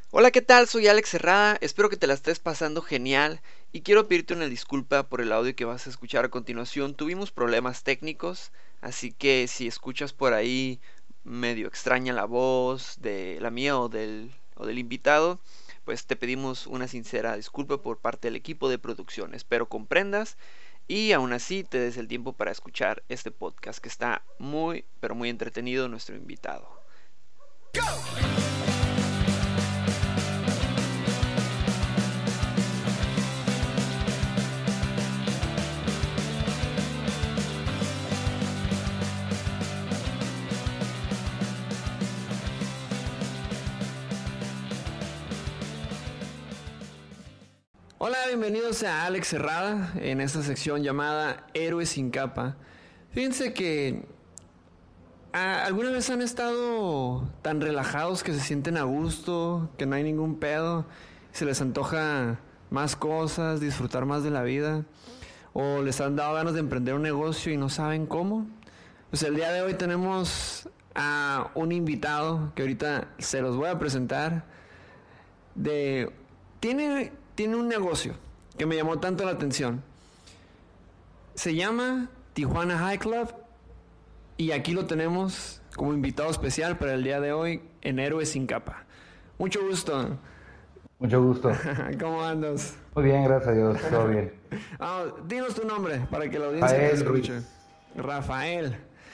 Hola, ¿qué tal? Soy Alex Herrada, espero que te la estés pasando genial y quiero pedirte una disculpa por el audio que vas a escuchar a continuación. Tuvimos problemas técnicos, así que si escuchas por ahí medio extraña la voz de la mía o del invitado, pues te pedimos una sincera disculpa por parte del equipo de producción. Espero comprendas y aún así te des el tiempo para escuchar este podcast que está muy, pero muy entretenido nuestro invitado. Hola, bienvenidos a Alex Cerrada en esta sección llamada Héroes sin capa. Fíjense que alguna vez han estado tan relajados que se sienten a gusto, que no hay ningún pedo, se les antoja más cosas, disfrutar más de la vida, o les han dado ganas de emprender un negocio y no saben cómo. Pues el día de hoy tenemos a un invitado que ahorita se los voy a presentar de tiene un negocio que me llamó tanto la atención. Se llama Tijuana High Club y aquí lo tenemos como invitado especial para el día de hoy en Héroes sin capa. Mucho gusto. Mucho gusto. ¿Cómo andas? Muy bien, gracias a Dios, todo bien. Dinos tu nombre para que la audiencia te Rafael escuche. Ruiz. Rafael.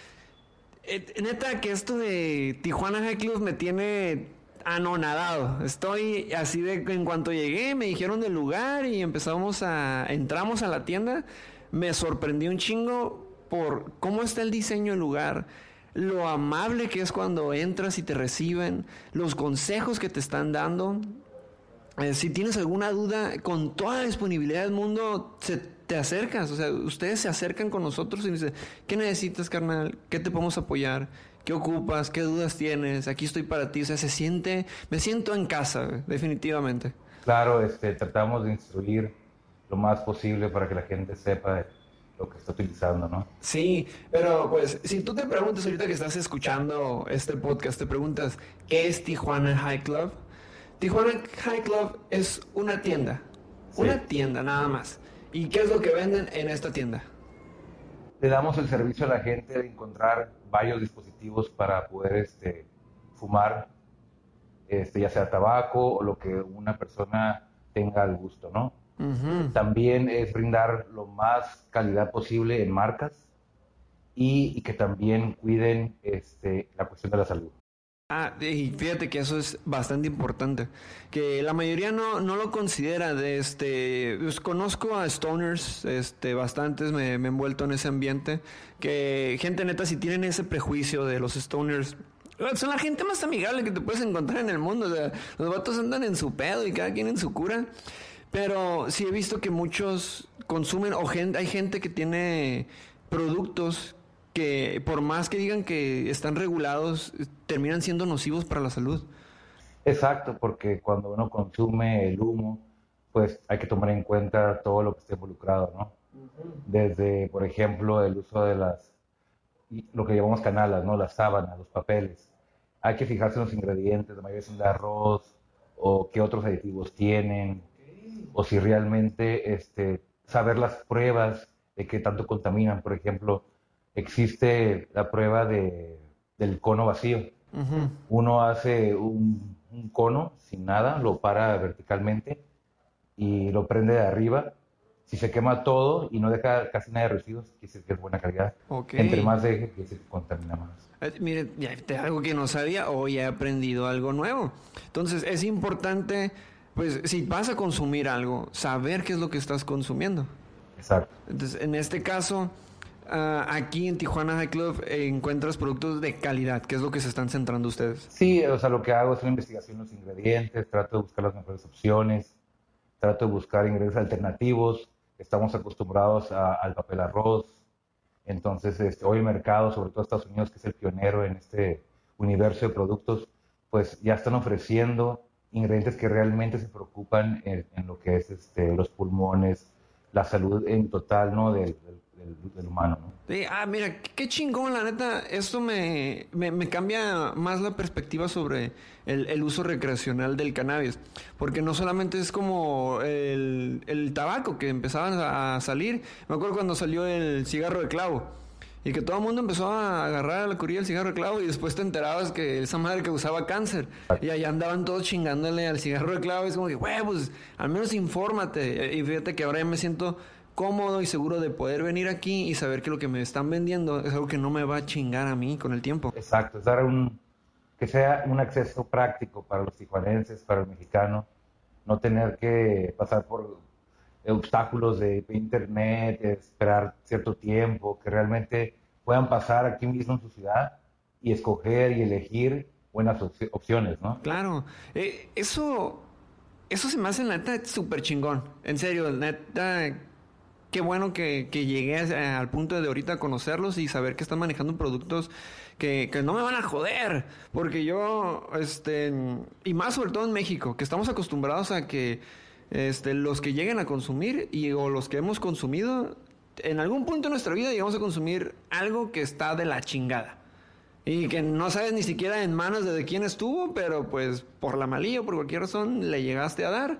Neta que esto de Tijuana High Club me tiene anonadado. Estoy así de en cuanto llegué, me dijeron del lugar y entramos a la tienda. Me sorprendió un chingo por cómo está el diseño del lugar, lo amable que es cuando entras y te reciben, los consejos que te están dando. Si tienes alguna duda, con toda la disponibilidad del mundo, te acercas. O sea, ustedes se acercan con nosotros y dicen, ¿qué necesitas, carnal? ¿Qué te podemos apoyar? ¿Qué ocupas? ¿Qué dudas tienes? Aquí estoy para ti. O sea, me siento en casa, definitivamente. Claro, tratamos de instruir lo más posible para que la gente sepa de lo que está utilizando, ¿no? Sí, pero pues si tú te preguntas ahorita que estás escuchando este podcast, te preguntas, ¿qué es Tijuana High Club? Tijuana High Club es Sí. una tienda nada más. ¿Y qué es lo que venden en esta tienda? Le damos el servicio a la gente de encontrar varios dispositivos para poder fumar, ya sea tabaco o lo que una persona tenga al gusto, ¿no? Ujú. También es brindar lo más calidad posible en marcas y que también cuiden la cuestión de la salud. Y fíjate que eso es bastante importante, que la mayoría no lo considera. Pues conozco a stoners, bastantes, me he envuelto en ese ambiente, que gente neta si tienen ese prejuicio de los stoners, son la gente más amigable que te puedes encontrar en el mundo. O sea, los vatos andan en su pedo y cada quien en su cura. Pero sí he visto que muchos consumen, hay gente que tiene productos que por más que digan que están regulados, terminan siendo nocivos para la salud. Exacto, porque cuando uno consume el humo, pues hay que tomar en cuenta todo lo que esté involucrado, ¿no? Desde, por ejemplo, el uso de lo que llamamos canalas, ¿no? Las sábanas, los papeles. Hay que fijarse en los ingredientes, la mayoría son de arroz, o qué otros aditivos tienen, o si realmente, saber las pruebas de qué tanto contaminan. Por ejemplo, existe la prueba del cono vacío. Ujú. Uno hace un cono sin nada, lo para verticalmente y lo prende de arriba. Si se quema todo y no deja casi nada de residuos, quiere decir que es buena calidad. Ok. Entre más deje, quiere decir que contamina más. Mire, algo que no sabía, hoy he aprendido algo nuevo. Entonces es importante, pues si vas a consumir algo, saber qué es lo que estás consumiendo. Exacto. Entonces, en este caso, aquí en Tijuana High Club encuentras productos de calidad, que es lo que se están centrando ustedes. Sí, o sea, lo que hago es una investigación de los ingredientes, trato de buscar las mejores opciones, trato de buscar ingredientes alternativos. Estamos acostumbrados al papel arroz. Entonces, hoy el mercado, sobre todo Estados Unidos, que es el pionero en este universo de productos, pues ya están ofreciendo ingredientes que realmente se preocupan en lo que es los pulmones, la salud en total, ¿no? del humano, ¿no? Sí, mira, qué chingón, la neta. Esto me cambia más la perspectiva sobre el uso recreacional del cannabis. Porque no solamente es como el tabaco que empezaban a salir. Me acuerdo cuando salió el cigarro de clavo. Y que todo el mundo empezó a agarrar a la curilla el cigarro de clavo y después te enterabas que esa madre causaba cáncer. Y allá andaban todos chingándole al cigarro de clavo y es como que, güey, pues al menos infórmate. Y fíjate que ahora ya me siento cómodo y seguro de poder venir aquí y saber que lo que me están vendiendo es algo que no me va a chingar a mí con el tiempo. Exacto, es dar que sea un acceso práctico para los tijuanenses, para el mexicano, no tener que pasar por obstáculos de internet, esperar cierto tiempo, que realmente puedan pasar aquí mismo en su ciudad y escoger y elegir buenas opciones, ¿no? Claro, eso se me hace neta súper chingón. En serio, neta, qué bueno que llegué al punto de ahorita conocerlos y saber que están manejando productos que no me van a joder. Porque yo, y más sobre todo en México, que estamos acostumbrados a que los que lleguen a consumir o los que hemos consumido, en algún punto de nuestra vida llegamos a consumir algo que está de la chingada. Y que no sabes ni siquiera en manos de quién estuvo, pero pues por la malilla o por cualquier razón le llegaste a dar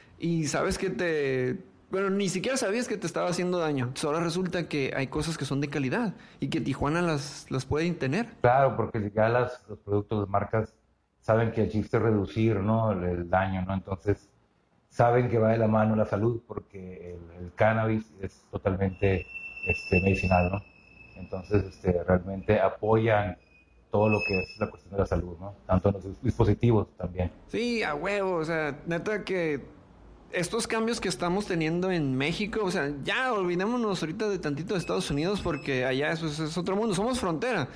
y sabes que bueno, ni siquiera sabías que te estaba haciendo daño. Solo resulta que hay cosas que son de calidad y que Tijuana las pueden tener. Claro, porque ya los productos, las marcas, saben que el chiste es reducir, ¿no? El daño, ¿no? Entonces, saben que va de la mano la salud, porque el cannabis es totalmente medicinal, ¿no? Entonces, realmente apoyan todo lo que es la cuestión de la salud, ¿no? Tanto en los dispositivos también. Sí, a huevo, o sea, neta que estos cambios que estamos teniendo en México, o sea, ya olvidémonos ahorita de tantito de Estados Unidos porque allá es otro mundo, somos frontera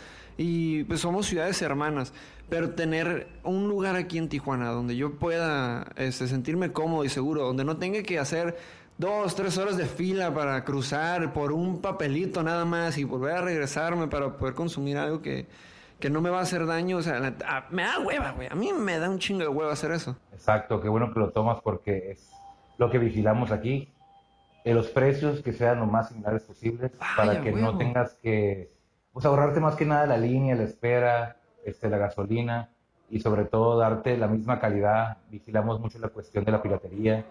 y pues somos ciudades hermanas, pero tener un lugar aquí en Tijuana donde yo pueda sentirme cómodo y seguro, donde no tenga que hacer 2, 3 horas de fila para cruzar por un papelito nada más y volver a regresarme para poder consumir algo que no me va a hacer daño, o sea, me da hueva, güey, a mí me da un chingo de hueva hacer eso. Exacto, qué bueno que lo tomas porque es lo que vigilamos aquí. Los precios que sean lo más similares posibles Ay, para a que no huevo. tengas que pues, ahorrarte más que nada la línea, la espera, la gasolina y sobre todo darte la misma calidad. Vigilamos mucho la cuestión de la piratería.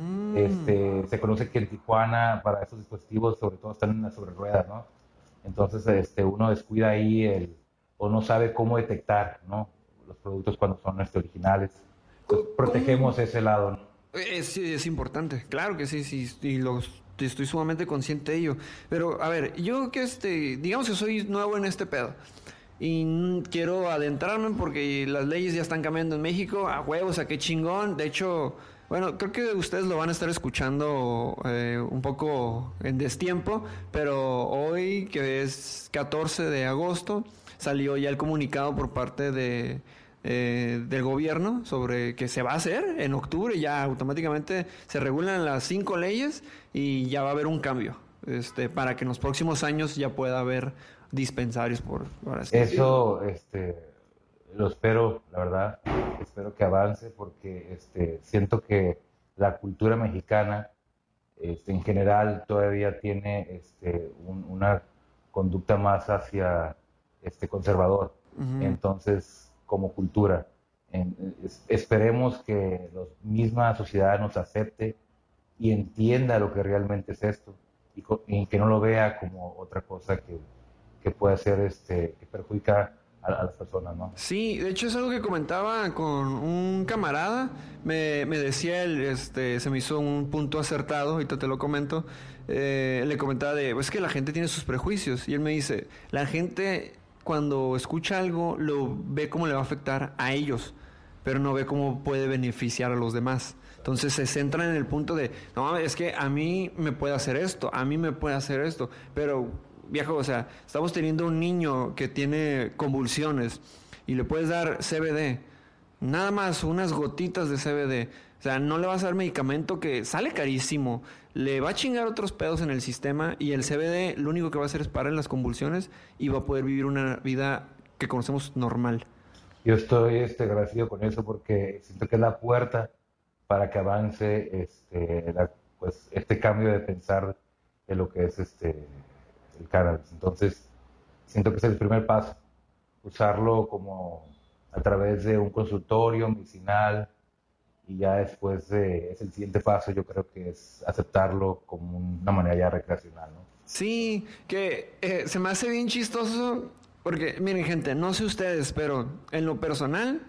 Mm. Se conoce que en Tijuana para esos dispositivos sobre todo están en la sobre rueda, ¿no? Entonces uno descuida ahí o no sabe cómo detectar, ¿no? Los productos cuando son originales. Entonces ¿Cómo? protegemos ese lado, ¿no? Sí, es importante, claro que sí, sí, y estoy sumamente consciente de ello. Pero, a ver, yo que digamos que soy nuevo en este pedo y quiero adentrarme porque las leyes ya están cambiando en México, a huevos, a qué chingón. De hecho, bueno, creo que ustedes lo van a estar escuchando un poco en destiempo, pero hoy, que es 14 de agosto, salió ya el comunicado por parte del gobierno sobre que se va a hacer en octubre, ya automáticamente se regulan las 5 leyes y ya va a haber un cambio, para que en los próximos años ya pueda haber dispensarios, por así decirlo. Eso, lo espero, la verdad, espero que avance porque siento que la cultura mexicana, en general, todavía tiene una conducta más hacia conservador. Ujú. Entonces, como cultura, esperemos que la misma sociedad nos acepte y entienda lo que realmente es esto y que no lo vea como otra cosa que puede ser que perjudica a las personas, ¿no? Sí, de hecho es algo que comentaba con un camarada, me decía él, se me hizo un punto acertado, ahorita te lo comento, le comentaba es que la gente tiene sus prejuicios y él me dice, la gente cuando escucha algo lo ve como le va a afectar a ellos, pero no ve cómo puede beneficiar a los demás. Entonces se centran en el punto de, no, es que a mí me puede hacer esto, a mí me puede hacer esto, pero viejo, o sea, estamos teniendo un niño que tiene convulsiones y le puedes dar CBD, nada más unas gotitas de CBD. O sea, no le vas a dar medicamento que sale carísimo, le va a chingar otros pedos en el sistema y el CBD lo único que va a hacer es parar las convulsiones y va a poder vivir una vida que conocemos normal. Yo estoy agradecido con eso porque siento que es la puerta para que avance pues, este cambio de pensar de lo que es el cannabis. Entonces, siento que ese es el primer paso, usarlo como a través de un consultorio medicinal, y ya después es el siguiente paso, yo creo que es aceptarlo como una manera ya recreacional, ¿no? Sí, que se me hace bien chistoso porque, miren gente, no sé ustedes, pero en lo personal,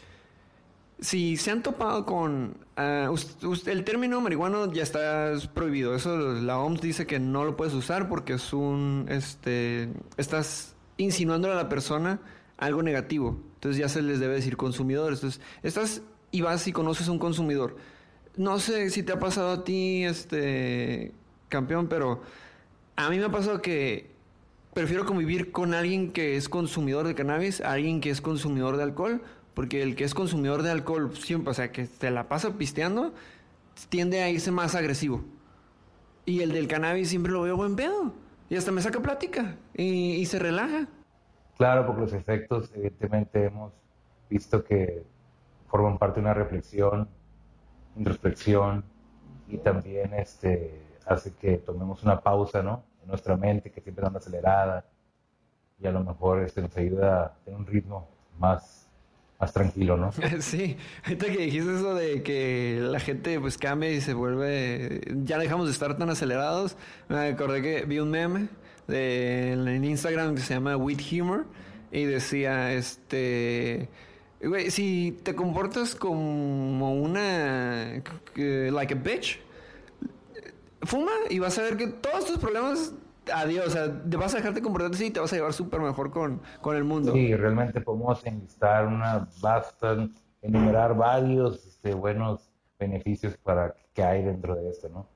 si se han topado con... el término marihuana ya está prohibido. Eso la OMS dice que no lo puedes usar porque es un... estás insinuando a la persona algo negativo. Entonces ya se les debe decir consumidores. Entonces, estás y vas y conoces a un consumidor. No sé si te ha pasado a ti, campeón, pero a mí me ha pasado que prefiero convivir con alguien que es consumidor de cannabis a alguien que es consumidor de alcohol, porque el que es consumidor de alcohol siempre, o sea, que se la pasa pisteando, tiende a irse más agresivo. Y el del cannabis siempre lo veo buen pedo. Y hasta me saca plática y se relaja. Claro, porque los efectos, evidentemente, hemos visto que forman parte de una reflexión, introspección, y también hace que tomemos una pausa, ¿no? En nuestra mente, que siempre anda acelerada, y a lo mejor nos ayuda a tener un ritmo más tranquilo, ¿no? Sí, ahorita que dijiste eso de que la gente pues cambia y se vuelve, ya dejamos de estar tan acelerados, me acordé que vi un meme en Instagram que se llama With Humor y decía, güey, si te comportas como una, like a bitch, fuma y vas a ver que todos tus problemas, adiós, o sea, te vas a dejarte comportarte así y te vas a llevar súper mejor con el mundo. Sí, realmente podemos enlistar enumerar varios buenos beneficios que hay dentro de esto, ¿no?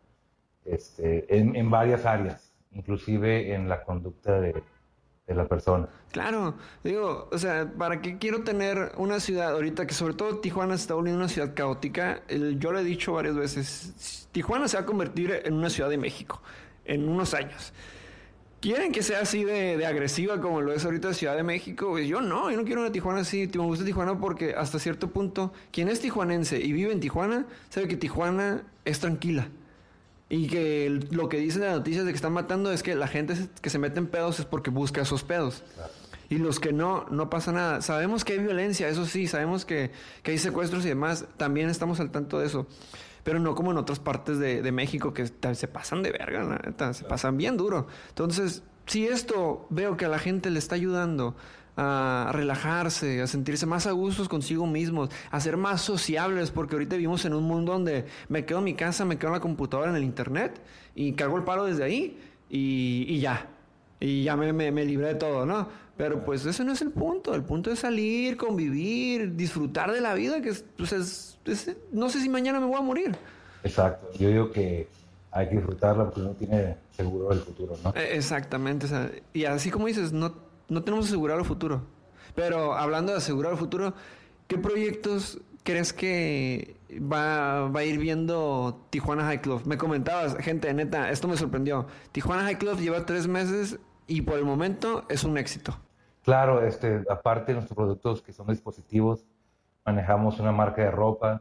En varias áreas, inclusive en la conducta de la persona. Claro, digo, o sea, ¿para qué quiero tener una ciudad ahorita que sobre todo Tijuana se está volviendo una ciudad caótica? Yo lo he dicho varias veces, Tijuana se va a convertir en una ciudad de México en unos años. ¿Quieren que sea así de agresiva como lo es ahorita Ciudad de México? Pues yo no quiero una Tijuana así. Me gusta Tijuana porque hasta cierto punto, quien es tijuanense y vive en Tijuana, sabe que Tijuana es tranquila. Y que lo que dicen las noticias de que están matando es que la gente que se mete en pedos es porque busca esos pedos. Claro. Y los que no pasa nada. Sabemos que hay violencia, eso sí, sabemos que hay secuestros y demás. También estamos al tanto de eso. Pero no como en otras partes de México que se pasan de verga, la neta, se pasan bien duro. Entonces, si esto veo que a la gente le está ayudando a relajarse, a sentirse más a gustos consigo mismos, a ser más sociables, porque ahorita vivimos en un mundo donde me quedo en mi casa, me quedo en la computadora, en el internet, y cargo el palo desde ahí, y ya. Y ya me libré de todo, ¿no? Pero pues ese no es el punto es salir, convivir, disfrutar de la vida, que pues no sé si mañana me voy a morir. Exacto, yo digo que hay que disfrutarla porque no tiene seguro el futuro, ¿no? Exactamente, o sea, y así como dices, no tenemos asegurado el futuro. Pero hablando de asegurar el futuro, ¿qué proyectos crees que va a ir viendo Tijuana High Club? Me comentabas, gente, neta, esto me sorprendió. Tijuana High Club lleva 3 meses y por el momento es un éxito. Claro, aparte de nuestros productos que son dispositivos, manejamos una marca de ropa,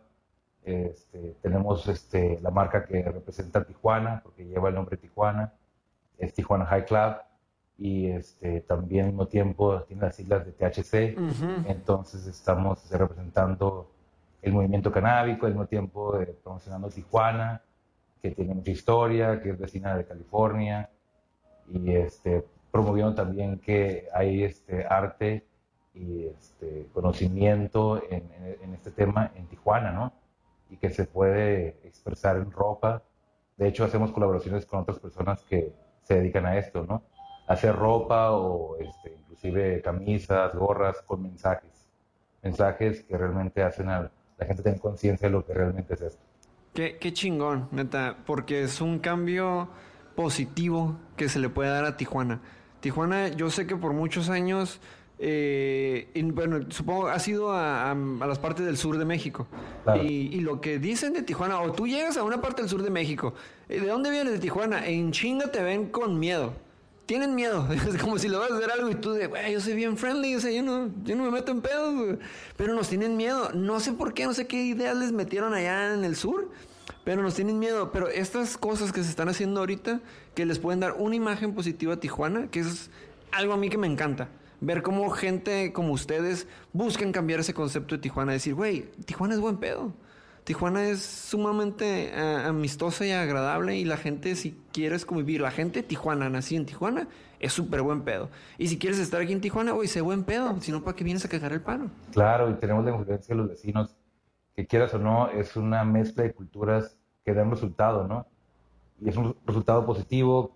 tenemos la marca que representa a Tijuana, porque lleva el nombre Tijuana, es Tijuana High Club, y también al mismo tiempo tiene las siglas de THC, entonces estamos representando el movimiento canábico, al mismo tiempo promocionando Tijuana, que tiene mucha historia, que es vecina de California, y promoviendo también que hay arte y conocimiento en este tema en Tijuana, ¿no? Y que se puede expresar en ropa. De hecho, hacemos colaboraciones con otras personas que se dedican a esto, ¿no? Hacer ropa o inclusive camisas, gorras con mensajes que realmente hacen a la gente tener conciencia de lo que realmente es esto. Qué chingón, neta, porque es un cambio positivo que se le puede dar a Tijuana. Tijuana, yo sé que por muchos años, bueno, supongo has ido a las partes del sur de México. Claro. Y lo que dicen de Tijuana, o tú llegas a una parte del sur de México, ¿de dónde vienes de Tijuana? En chinga te ven con miedo. Tienen miedo, es como si le vas a hacer algo y tú de, güey, yo soy bien friendly, o sea, yo no me meto en pedos, güey. Pero nos tienen miedo, no sé por qué, no sé qué ideas les metieron allá en el sur, pero nos tienen miedo. Pero estas cosas que se están haciendo ahorita, que les pueden dar una imagen positiva a Tijuana, que es algo a mí que me encanta. Ver cómo gente como ustedes buscan cambiar ese concepto de Tijuana. Decir, güey, Tijuana es buen pedo. Tijuana es sumamente amistosa y agradable, y la gente, si quieres convivir, la gente de Tijuana, nací en Tijuana, es súper buen pedo. Y si quieres estar aquí en Tijuana, güey, sé buen pedo, si no, ¿para qué vienes a cagar el palo? Claro, y tenemos la influencia de los vecinos, que quieras o no, es una mezcla de culturas que dan resultado, ¿no? Y es un resultado positivo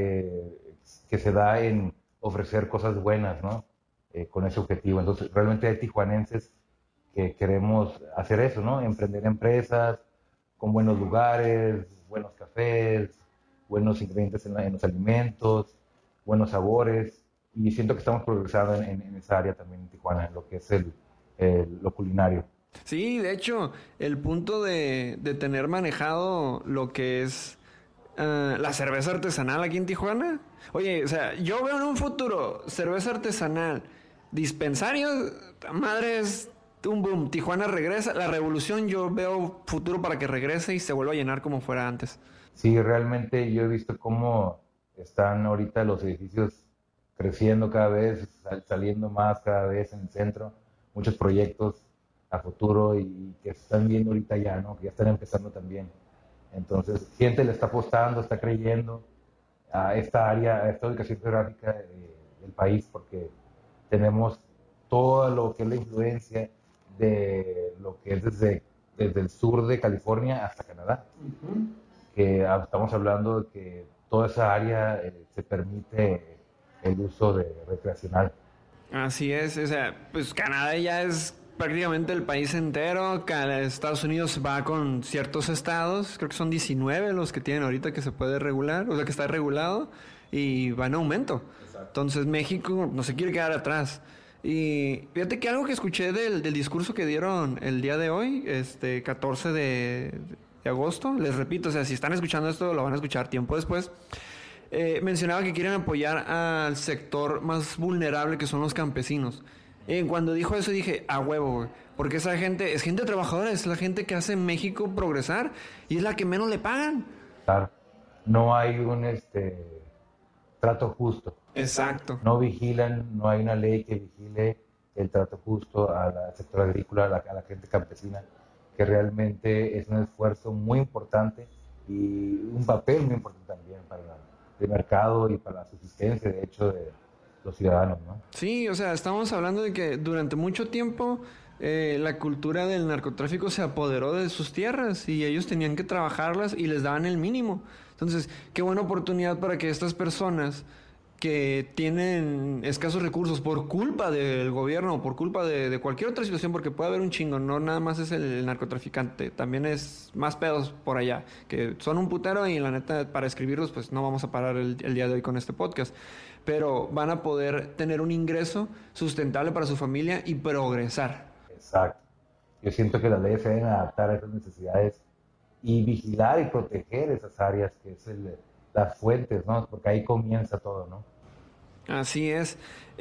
que se da en ofrecer cosas buenas, ¿no? Con ese objetivo. Entonces, realmente hay tijuanenses que queremos hacer eso, ¿no? Emprender empresas con buenos lugares, buenos cafés, buenos ingredientes en los alimentos, buenos sabores. Y siento que estamos progresando en esa área también en Tijuana, en lo que es lo culinario. Sí, de hecho, el punto de tener manejado lo que es la cerveza artesanal aquí en Tijuana. Oye, o sea, yo veo en un futuro cerveza artesanal, dispensarios, madres, un boom. Tijuana regresa, la revolución, yo veo futuro para que regrese y se vuelva a llenar como fuera antes. Sí, realmente yo he visto cómo están ahorita los edificios creciendo cada vez, saliendo más cada vez en el centro, muchos proyectos a futuro y que se están viendo ahorita ya, ¿no? Que ya están empezando también. Entonces, gente le está apostando, está creyendo a esta área, a esta ubicación geográfica del país, porque tenemos todo lo que es la influencia de lo que es desde el sur de California hasta Canadá. Que estamos hablando de que toda esa área se permite el uso de recreacional. Así es, o sea, pues Canadá ya es prácticamente el país entero. Estados Unidos va con ciertos estados, creo que son 19 los que tienen ahorita que se puede regular, o sea que está regulado, y va en aumento. Exacto. Entonces México no se quiere quedar atrás. Y fíjate que algo que escuché del discurso que dieron el día de hoy, 14 de agosto, les repito, o sea, si están escuchando esto lo van a escuchar tiempo después. Mencionaba que quieren apoyar al sector más vulnerable, que son los campesinos. Cuando dijo eso dije, a huevo, güey, porque esa gente es gente trabajadora, es la gente que hace México progresar y es la que menos le pagan. Claro, no hay un trato justo. Exacto. No vigilan, no hay una ley que vigile el trato justo al sector agrícola, a la gente campesina, que realmente es un esfuerzo muy importante y un papel muy importante también para el mercado y para la subsistencia, de hecho, de los ciudadanos, ¿no? Sí, o sea, estamos hablando de que durante mucho tiempo la cultura del narcotráfico se apoderó de sus tierras y ellos tenían que trabajarlas y les daban el mínimo. Entonces, qué buena oportunidad para que estas personas que tienen escasos recursos por culpa del gobierno o por culpa de cualquier otra situación, porque puede haber un chingo, no nada más es el narcotraficante, también es más pedos por allá, que son un putero y la neta para escribirlos pues no vamos a parar el día de hoy con este podcast, pero van a poder tener un ingreso sustentable para su familia y progresar. Exacto. Yo siento que las leyes se deben adaptar a esas necesidades y vigilar y proteger esas áreas que es las fuentes, ¿no? Porque ahí comienza todo, ¿no? Así es.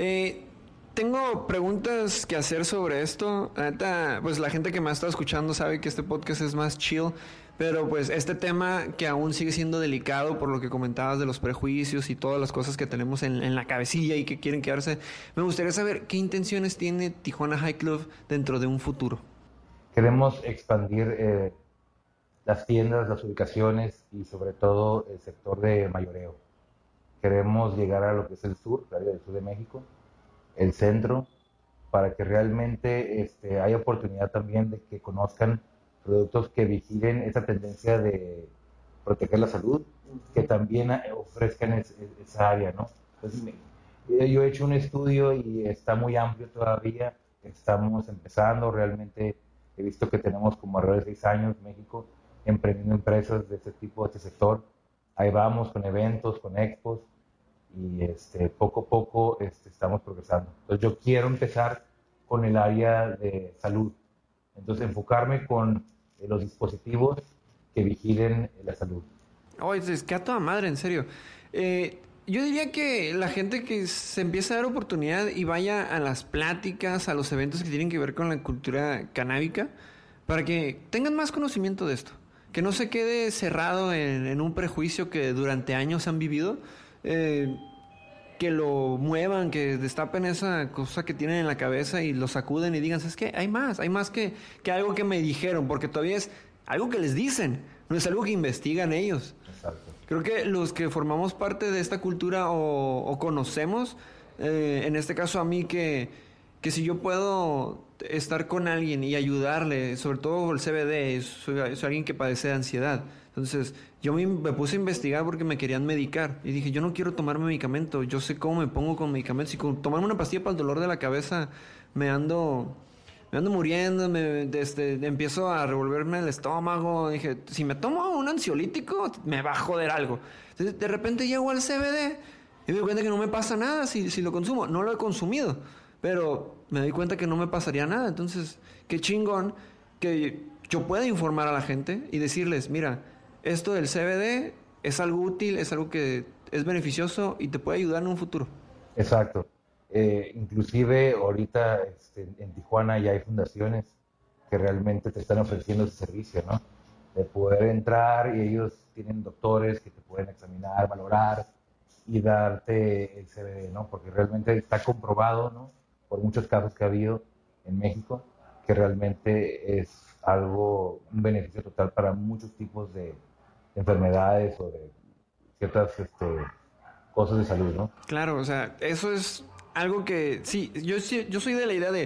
Tengo preguntas que hacer sobre esto. Neta, pues la gente que me ha estado escuchando sabe que este podcast es más chill, pero pues este tema que aún sigue siendo delicado por lo que comentabas de los prejuicios y todas las cosas que tenemos en la cabecilla y que quieren quedarse, me gustaría saber qué intenciones tiene Tijuana High Club dentro de un futuro. Queremos expandir las tiendas, las ubicaciones y sobre todo el sector de mayoreo. Queremos llegar a lo que es el sur, el área del sur de México, el centro, para que realmente haya oportunidad también de que conozcan productos que vigilen esa tendencia de proteger la salud, que también ofrezcan esa área, ¿no? Entonces, yo he hecho un estudio y está muy amplio todavía, estamos empezando, realmente he visto que tenemos como alrededor de 6 años en México emprendiendo empresas de este tipo, de este sector. Ahí vamos con eventos, con expos y poco a poco estamos progresando. Entonces yo quiero empezar con el área de salud. Entonces enfocarme con los dispositivos que vigilen la salud. Oye, es que a toda madre, en serio. Yo diría que la gente que se empiece a dar oportunidad y vaya a las pláticas, a los eventos que tienen que ver con la cultura canábica, para que tengan más conocimiento de esto. que no se quede cerrado en un prejuicio que durante años han vivido, que lo muevan, que destapen esa cosa que tienen en la cabeza y lo sacuden y digan, ¿sabes qué? Hay más que algo que me dijeron, porque todavía es algo que les dicen, no es algo que investigan ellos. Exacto. Creo que los que formamos parte de esta cultura o conocemos, en este caso a mí, que si yo puedo estar con alguien y ayudarle, sobre todo el CBD, soy alguien que padece de ansiedad. Entonces, yo me puse a investigar porque me querían medicar. Y dije, yo no quiero tomarme medicamento, yo sé cómo me pongo con medicamentos. Si con tomarme una pastilla para el dolor de la cabeza me ando, me ando muriendo, empiezo a revolverme el estómago. Dije, si me tomo un ansiolítico, me va a joder algo. Entonces, de repente llego al CBD y me doy cuenta que no me pasa nada si lo consumo. No lo he consumido, pero me doy cuenta que no me pasaría nada. Entonces, qué chingón que yo pueda informar a la gente y decirles, mira, esto del CBD es algo útil, es algo que es beneficioso y te puede ayudar en un futuro. Exacto. Inclusive ahorita en Tijuana ya hay fundaciones que realmente te están ofreciendo ese servicio, ¿no? De poder entrar y ellos tienen doctores que te pueden examinar, valorar y darte el CBD, ¿no? Porque realmente está comprobado, ¿no? Por muchos casos que ha habido en México, que realmente es algo, un beneficio total para muchos tipos de enfermedades o de ciertas cosas de salud, ¿no? Claro, o sea, eso es algo que sí, yo soy de la idea de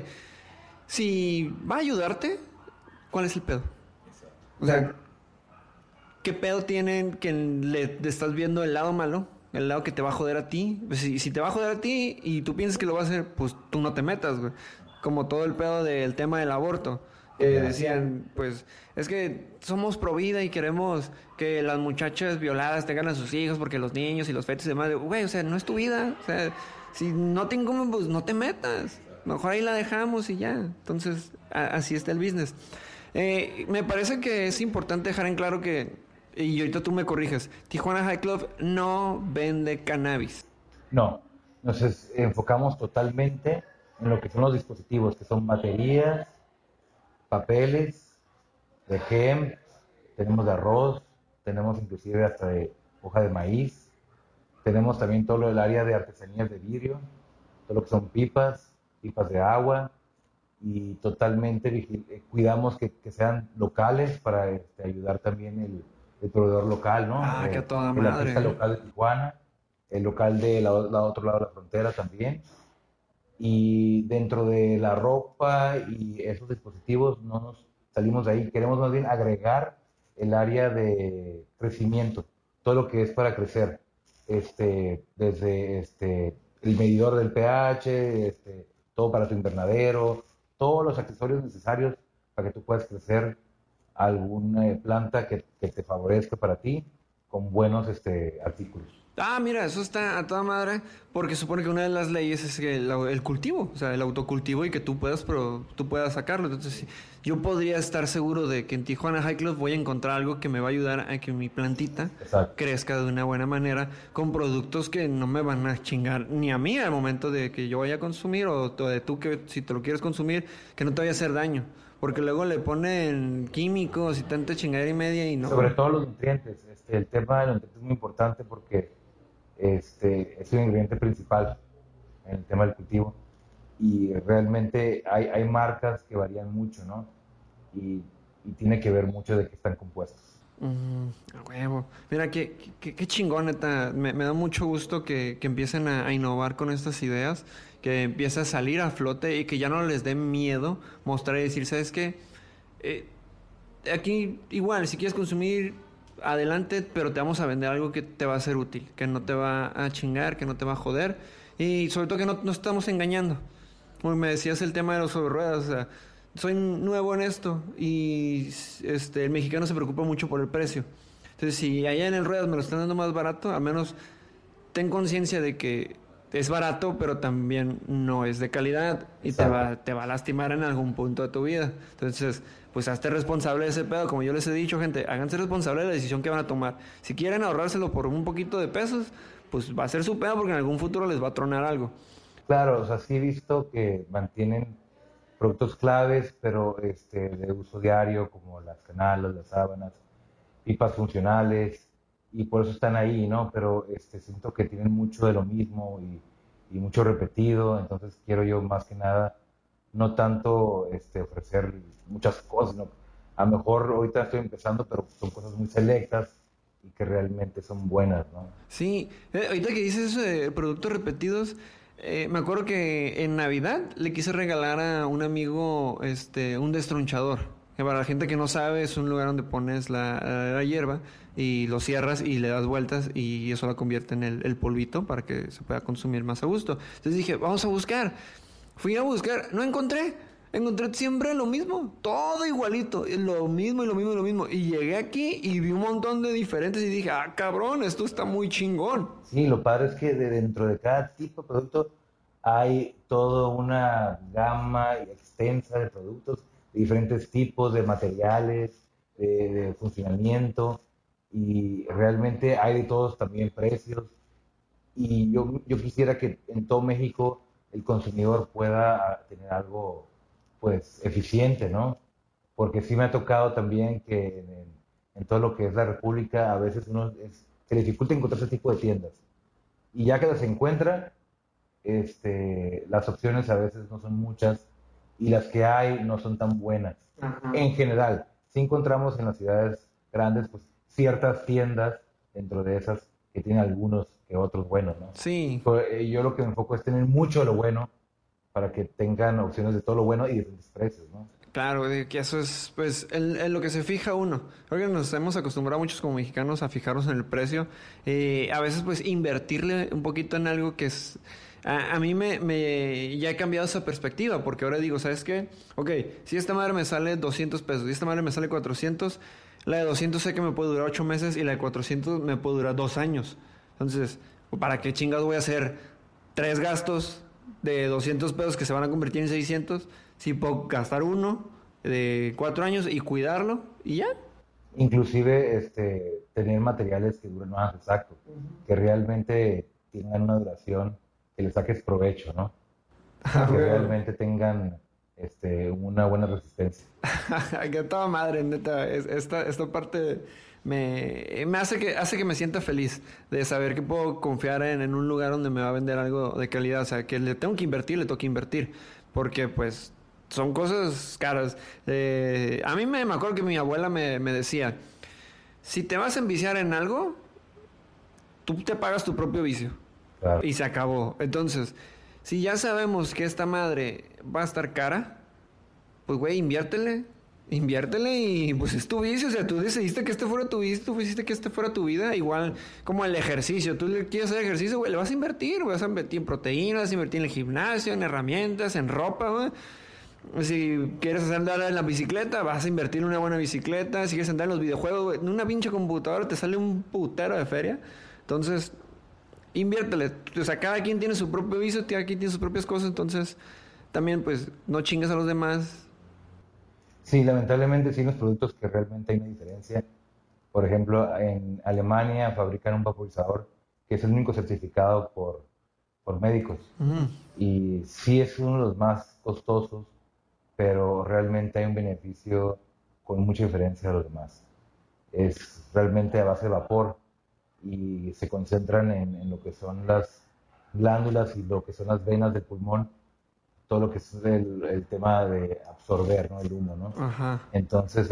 si va a ayudarte, ¿cuál es el pedo? O sea, ¿qué pedo tienen que le estás viendo el lado malo? El lado que te va a joder a ti. Pues si te va a joder a ti y tú piensas que lo va a hacer, pues tú no te metas, güey. Como todo el pedo del tema del aborto. Que decían, pues, es que somos pro vida y queremos que las muchachas violadas tengan a sus hijos porque los niños y los fetos y demás. Güey, o sea, no es tu vida. O sea, si no te incumben, pues no te metas. Mejor ahí la dejamos y ya. Entonces, así está el business. Me parece que es importante dejar en claro que, y ahorita tú me corriges, Tijuana High Club no vende cannabis. No, nos enfocamos totalmente en lo que son los dispositivos, que son baterías, papeles, de hemp, tenemos de arroz, tenemos inclusive hasta de hoja de maíz, tenemos también todo lo del área de artesanías de vidrio, todo lo que son pipas, pipas de agua, y totalmente cuidamos que sean locales para ayudar también el proveedor local, ¿no? Ah, que a toda El artista madre. local de Tijuana, el local de la otro lado de la frontera también. Y dentro de la ropa y esos dispositivos no nos salimos de ahí, queremos más bien agregar el área de crecimiento, todo lo que es para crecer, desde el medidor del pH, todo para tu invernadero, todos los accesorios necesarios para que tú puedas crecer alguna planta que te favorezca para ti con buenos artículos. Ah, mira, eso está a toda madre, porque supone que una de las leyes es que el cultivo, o sea, el autocultivo y que tú puedas sacarlo. Entonces, sí, yo podría estar seguro de que en Tijuana High Club voy a encontrar algo que me va a ayudar a que mi plantita Exacto. crezca de una buena manera con productos que no me van a chingar ni a mí al momento de que yo vaya a consumir o de tú que si te lo quieres consumir, que no te vaya a hacer daño. Porque luego le ponen químicos y tanta chingadera y media y no. Sobre todo los nutrientes. El tema de los nutrientes es muy importante porque es un ingrediente principal en el tema del cultivo y realmente hay marcas que varían mucho, ¿no? Y tiene que ver mucho de qué están compuestos. A huevo. Mira, qué chingón, neta. Me da mucho gusto que empiecen a innovar con estas ideas, que empiece a salir a flote y que ya no les dé miedo mostrar y decir, ¿sabes qué? Eh, Aquí igual, si quieres consumir, adelante, pero te vamos a vender algo que te va a ser útil, que no te va a chingar, que no te va a joder y sobre todo que no estamos engañando. Como me decías el tema de los sobre ruedas, o sea, soy nuevo en esto y el mexicano se preocupa mucho por el precio. Entonces, si allá en el ruedas me lo están dando más barato, al menos ten conciencia de que es barato, pero también no es de calidad y Exacto. te va a lastimar en algún punto de tu vida. Entonces, pues hazte responsable de ese pedo. Como yo les he dicho, gente, háganse responsable de la decisión que van a tomar. Si quieren ahorrárselo por un poquito de pesos, pues va a ser su pedo porque en algún futuro les va a tronar algo. Claro, o sea, sí he visto que mantienen productos claves, pero de uso diario, como las canalas, las sábanas, pipas funcionales, y por eso están ahí, ¿no? Pero siento que tienen mucho de lo mismo y mucho repetido, entonces quiero yo más que nada no tanto ofrecer muchas cosas, ¿no? A lo mejor ahorita estoy empezando, pero son cosas muy selectas y que realmente son buenas, ¿no? Sí, ahorita que dices eso de productos repetidos, me acuerdo que en Navidad le quise regalar a un amigo un destronchador. Que para la gente que no sabe, es un lugar donde pones la hierba y lo cierras y le das vueltas y eso la convierte en el polvito para que se pueda consumir más a gusto. Entonces dije, vamos a buscar. Fui a buscar, no encontré. Encontré siempre lo mismo, todo igualito, lo mismo y lo mismo y lo mismo. Y llegué aquí y vi un montón de diferentes y dije, ah, cabrón, esto está muy chingón. Sí, lo padre es que dentro de cada tipo de producto hay toda una gama extensa de productos, de diferentes tipos de materiales, de funcionamiento, y realmente hay de todos también precios. Y yo quisiera que en todo México el consumidor pueda tener algo pues eficiente, ¿no? Porque sí me ha tocado también que en todo lo que es la República a veces se le dificulta encontrar ese tipo de tiendas. Y ya que las encuentra, las opciones a veces no son muchas y las que hay no son tan buenas. Ajá. En general, sí encontramos en las ciudades grandes pues ciertas tiendas dentro de esas que tienen algunos que otros buenos, ¿no? Sí, Yo lo que me enfoco es tener mucho de lo bueno para que tengan opciones de todo lo bueno y diferentes precios, ¿no? claro, de que eso es pues en lo que se fija uno. Creo que nos hemos acostumbrado muchos como mexicanos a fijarnos en el precio. A veces pues invertirle un poquito en algo que es... A mí ya he cambiado esa perspectiva porque ahora digo, ¿sabes qué? Ok, si esta madre me sale 200 pesos y esta madre me sale 400, la de 200 sé que me puede durar 8 meses y la de 400 me puede durar 2 años. Entonces, ¿para qué chingados voy a hacer tres gastos de 200 pesos que se van a convertir en 600 si puedo gastar uno de 4 años y cuidarlo y ya? Inclusive tener materiales que duren más, exacto, que realmente tengan una duración, que le saques provecho, ¿no? A Que huevo. realmente tengan una buena resistencia. Que toda madre, neta. Esta parte me hace que me sienta feliz de saber que puedo confiar en un lugar donde me va a vender algo de calidad. O sea, que le tengo que invertir, le tengo que invertir. Porque, pues, son cosas caras. A mí me acuerdo que mi abuela me decía, si te vas a enviciar en algo, tú te pagas tu propio vicio. Claro. Y se acabó. Entonces, si ya sabemos que esta madre va a estar cara, pues güey, inviértele. Inviértele y pues es tu vicio. O sea, tú decidiste que este fuera tu vicio, tú decidiste que este fuera tu vida. Igual como el ejercicio. Tú le quieres hacer ejercicio, güey, le vas a invertir. Vas a invertir en proteínas, vas a invertir en el gimnasio, en herramientas, en ropa, güey. Si quieres andar en la bicicleta, vas a invertir en una buena bicicleta. Si quieres andar en los videojuegos, güey, en una pinche computadora te sale un putero de feria. Entonces, inviértele. O sea, cada quien tiene su propio vicio, cada quien tiene sus propias cosas. Entonces, también, pues, no chingas a los demás. Sí, lamentablemente sí, los productos que realmente hay una diferencia. Por ejemplo, en Alemania fabrican un vaporizador que es el único certificado por médicos. Ujú. Y sí es uno de los más costosos, pero realmente hay un beneficio con mucha diferencia de los demás. Es realmente a base de vapor y se concentran en lo que son las glándulas y lo que son las venas del pulmón, todo lo que es el tema de absorber, ¿no? El humo, ¿no? Ajá. Entonces,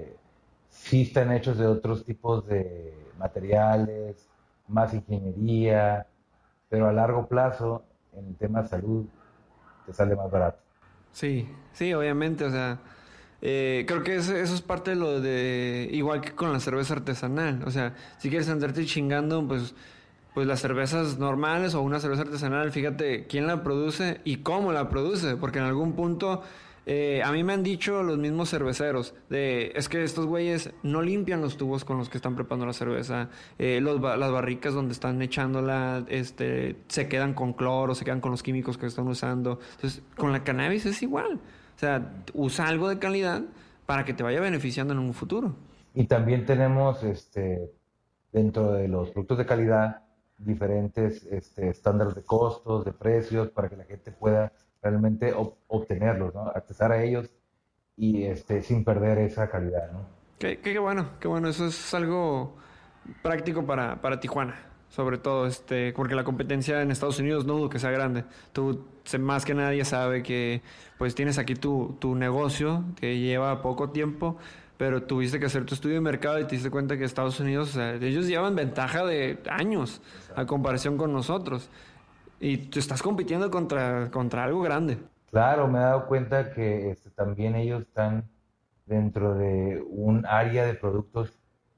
sí están hechos de otros tipos de materiales, más ingeniería, pero a largo plazo, en el tema de salud, te sale más barato. Sí, sí, obviamente, o sea, creo que eso es parte de lo de, igual que con la cerveza artesanal, o sea, si quieres andarte chingando, pues las cervezas normales o una cerveza artesanal, fíjate quién la produce y cómo la produce, porque en algún punto a mí me han dicho los mismos cerveceros es que estos güeyes no limpian los tubos con los que están preparando la cerveza, las barricas donde están echándola, se quedan con cloro, se quedan con los químicos que están usando. Entonces, con la cannabis es igual, o sea, usa algo de calidad para que te vaya beneficiando en un futuro. Y también tenemos, dentro de los productos de calidad, diferentes estándares de costos, de precios, para que la gente pueda realmente obtenerlos, ¿no? Accesar a ellos y sin perder esa calidad, ¿no? Qué bueno, qué bueno. Eso es algo práctico para Tijuana, sobre todo, porque la competencia en Estados Unidos no dudo que sea grande. Tú más que nadie sabe que pues tienes aquí tu negocio que lleva poco tiempo, pero tuviste que hacer tu estudio de mercado y te diste cuenta que Estados Unidos, o sea, ellos llevan ventaja de años a comparación con nosotros. Y tú estás compitiendo contra algo grande. Claro, me he dado cuenta que también ellos están dentro de un área de productos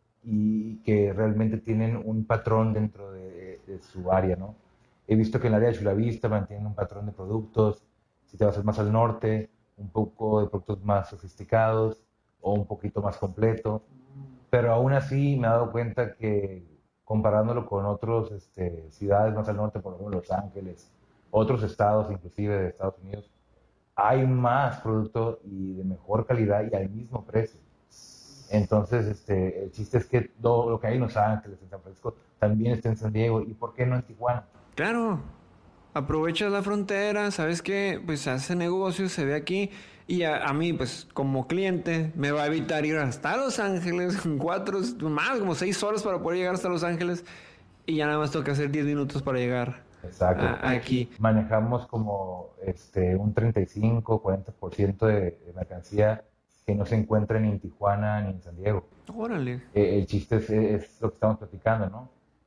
y que realmente tienen un patrón dentro de su área, ¿no? He visto que en el área de Chulavista mantienen un patrón de productos, si te vas más al norte, un poco de productos más sofisticados o un poquito más completo, pero aún así me he dado cuenta que comparándolo con otras ciudades más al norte, por ejemplo Los Ángeles, otros estados inclusive de Estados Unidos, hay más producto y de mejor calidad y al mismo precio. Entonces, el chiste es que todo lo que hay en Los Ángeles, en San Francisco, también está en San Diego. ¿Y por qué no en Tijuana? Claro, aprovechas la frontera, sabes que pues hace negocio, se ve aquí y a mí pues como cliente me va a evitar ir hasta Los Ángeles en más como 6 horas para poder llegar hasta Los Ángeles y ya nada más tengo que hacer 10 minutos para llegar Exacto. aquí. Manejamos como un 35-40% de mercancía que no se encuentra ni en Tijuana ni en San Diego. Órale. El chiste es lo que estamos platicando, ¿no?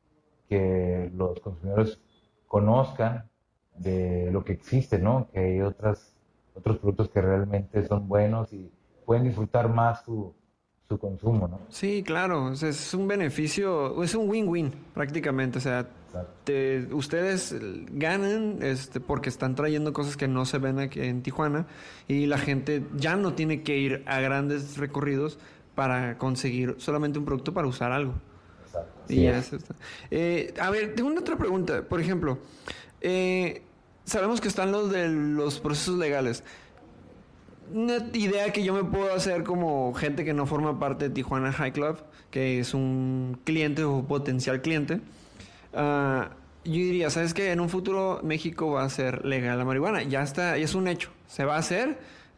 Que los consumidores conozcan de lo que existe, ¿no? Que hay otros productos que realmente son buenos y pueden disfrutar más su consumo, ¿no? Sí, claro, o sea, es un beneficio, es un win-win prácticamente, o sea, Exacto. ustedes ganan porque están trayendo cosas que no se ven aquí en Tijuana y la gente ya no tiene que ir a grandes recorridos para conseguir solamente un producto para usar algo. Exacto. Y Así ya es. eso está. A ver, tengo una otra pregunta. Por ejemplo, sabemos que están los de los procesos legales. Una idea que yo me puedo hacer como gente que no forma parte de Tijuana High Club, que es un cliente o potencial cliente, yo diría, ¿sabes qué? En un futuro México va a ser legal la marihuana. Ya está, ya es un hecho. Se va a hacer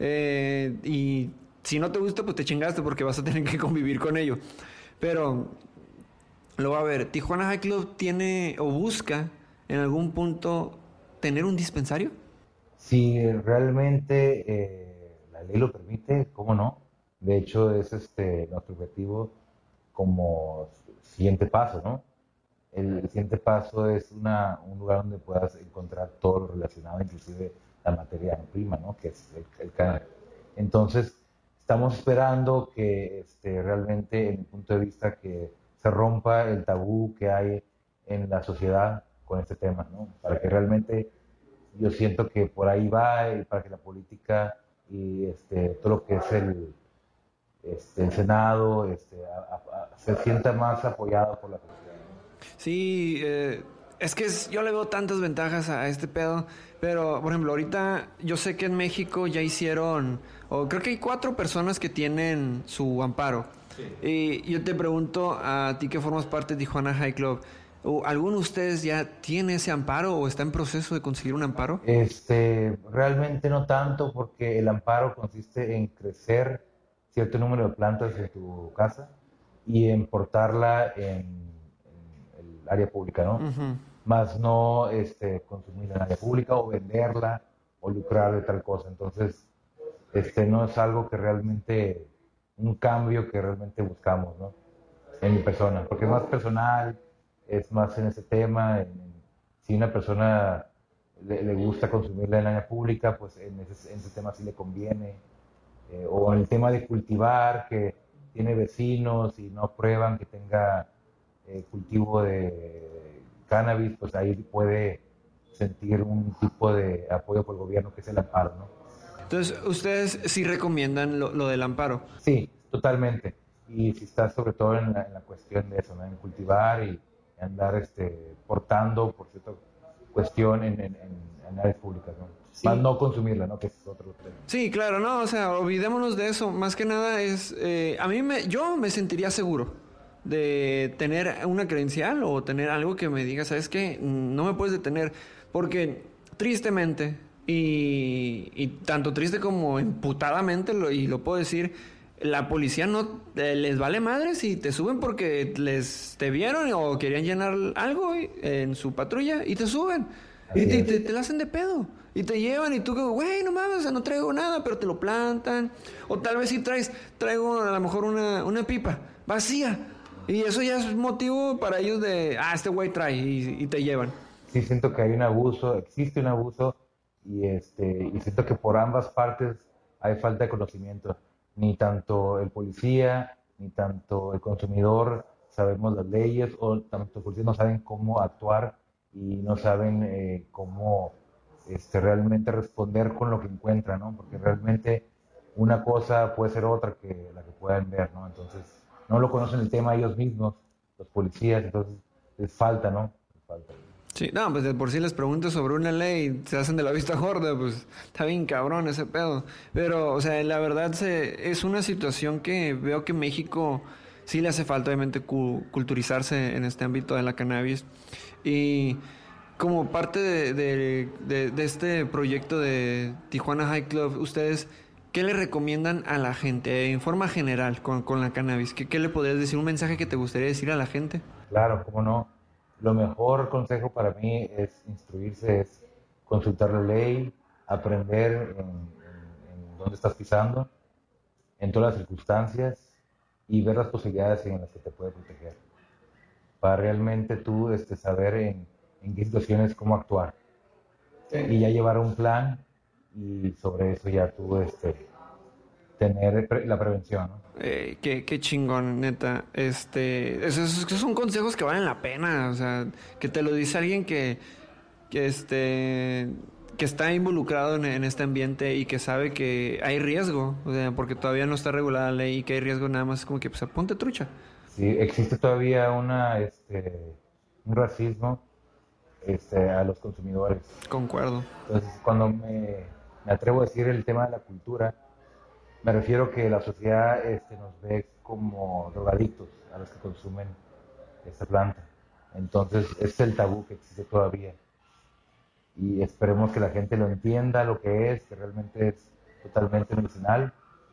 y si no te gusta, pues te chingaste porque vas a tener que convivir con ello. Pero lo va a ver. ¿Tijuana High Club tiene o busca en algún punto tener un dispensario? Si realmente la ley lo permite, ¿cómo no? De hecho, es nuestro objetivo como siguiente paso, ¿no? El siguiente paso es un lugar donde puedas encontrar todo lo relacionado, inclusive la materia prima, ¿no? Que es el cannabis. Entonces, estamos esperando que realmente, en mi punto de vista, que se rompa el tabú que hay en la sociedad con este tema, ¿no? Para que realmente yo siento que por ahí va y para que la política y todo lo que es el Senado se sienta más apoyado por la sociedad. Sí, es que yo le veo tantas ventajas a este pedo, pero por ejemplo, ahorita yo sé que en México ya hicieron, o creo que hay 4 personas que tienen su amparo. Y yo te pregunto a ti que formas parte de Tijuana High Club, ¿alguno de ustedes ya tiene ese amparo o está en proceso de conseguir un amparo? Realmente no tanto porque el amparo consiste en crecer cierto número de plantas en tu casa y en portarla en el área pública, ¿no? Ujú. Más no consumirla en área pública o venderla o lucrar de tal cosa. Entonces, no es algo que realmente, un cambio que realmente buscamos, ¿no? En mi persona, porque es más personal, es más en ese tema, si una persona le gusta consumirla en la área pública, pues en ese tema sí le conviene, o en el tema de cultivar, que tiene vecinos y no aprueban que tenga cultivo de cannabis, pues ahí puede sentir un tipo de apoyo por el gobierno que es el amparo, ¿no? Entonces, ustedes sí recomiendan lo del amparo. Sí, totalmente. Y si estás sobre todo en la cuestión de eso, ¿no? En cultivar y andar portando por cierta cuestión en áreas públicas, ¿no? Más Sí. no consumirla, ¿no? Que es otro tema. Sí, claro, no, o sea, olvidémonos de eso. Más que nada es, yo me sentiría seguro de tener una credencial o tener algo que me diga, ¿sabes qué? No me puedes detener, porque tristemente y tanto triste como emputadamente y lo puedo decir, la policía no les vale madre si te suben porque te vieron o querían llenar algo en su patrulla y te suben. Y te la hacen de pedo. Y te llevan y tú, güey, no mames, o sea, no traigo nada, pero te lo plantan. O tal vez si traigo a lo mejor una pipa vacía. Y eso ya es motivo para ellos de, este güey trae y te llevan. Sí, siento que hay un abuso, existe un abuso y siento que por ambas partes hay falta de conocimiento. Ni tanto el policía, ni tanto el consumidor sabemos las leyes, o tanto los policías no saben cómo actuar y no saben cómo realmente responder con lo que encuentran, ¿no? Porque realmente una cosa puede ser otra que la que puedan ver, ¿no? Entonces, no lo conocen el tema ellos mismos, los policías, entonces les falta, ¿no? Les falta. Sí, no, pues de por sí les pregunto sobre una ley, se hacen de la vista gorda, pues está bien cabrón ese pedo. Pero, o sea, la verdad es una situación que veo que México sí le hace falta, obviamente, culturizarse en este ámbito de la cannabis. Y como parte de este proyecto de Tijuana High Club, ustedes, ¿qué le recomiendan a la gente en forma general con la cannabis? ¿Qué le podrías decir? ¿Un mensaje que te gustaría decir a la gente? Claro, cómo no. Lo mejor consejo para mí es instruirse, es consultar la ley, aprender en dónde estás pisando, en todas las circunstancias y ver las posibilidades en las que te puede proteger. Para realmente tú saber en qué situaciones cómo actuar. Sí. Y ya llevar un plan y sobre eso ya tú tener la prevención, ¿no? Qué chingón, neta. Esos son consejos que valen la pena, o sea, que te lo dice alguien que está involucrado en este ambiente y que sabe que hay riesgo, o sea, porque todavía no está regulada la ley y que hay riesgo, nada más es como que, pues, ponte trucha. Sí, existe todavía un racismo a los consumidores. Concuerdo. Entonces, cuando me atrevo a decir el tema de la cultura, me refiero que la sociedad nos ve como drogadictos a los que consumen esta planta. Entonces, es el tabú que existe todavía. Y esperemos que la gente lo entienda, lo que es, que realmente es totalmente medicinal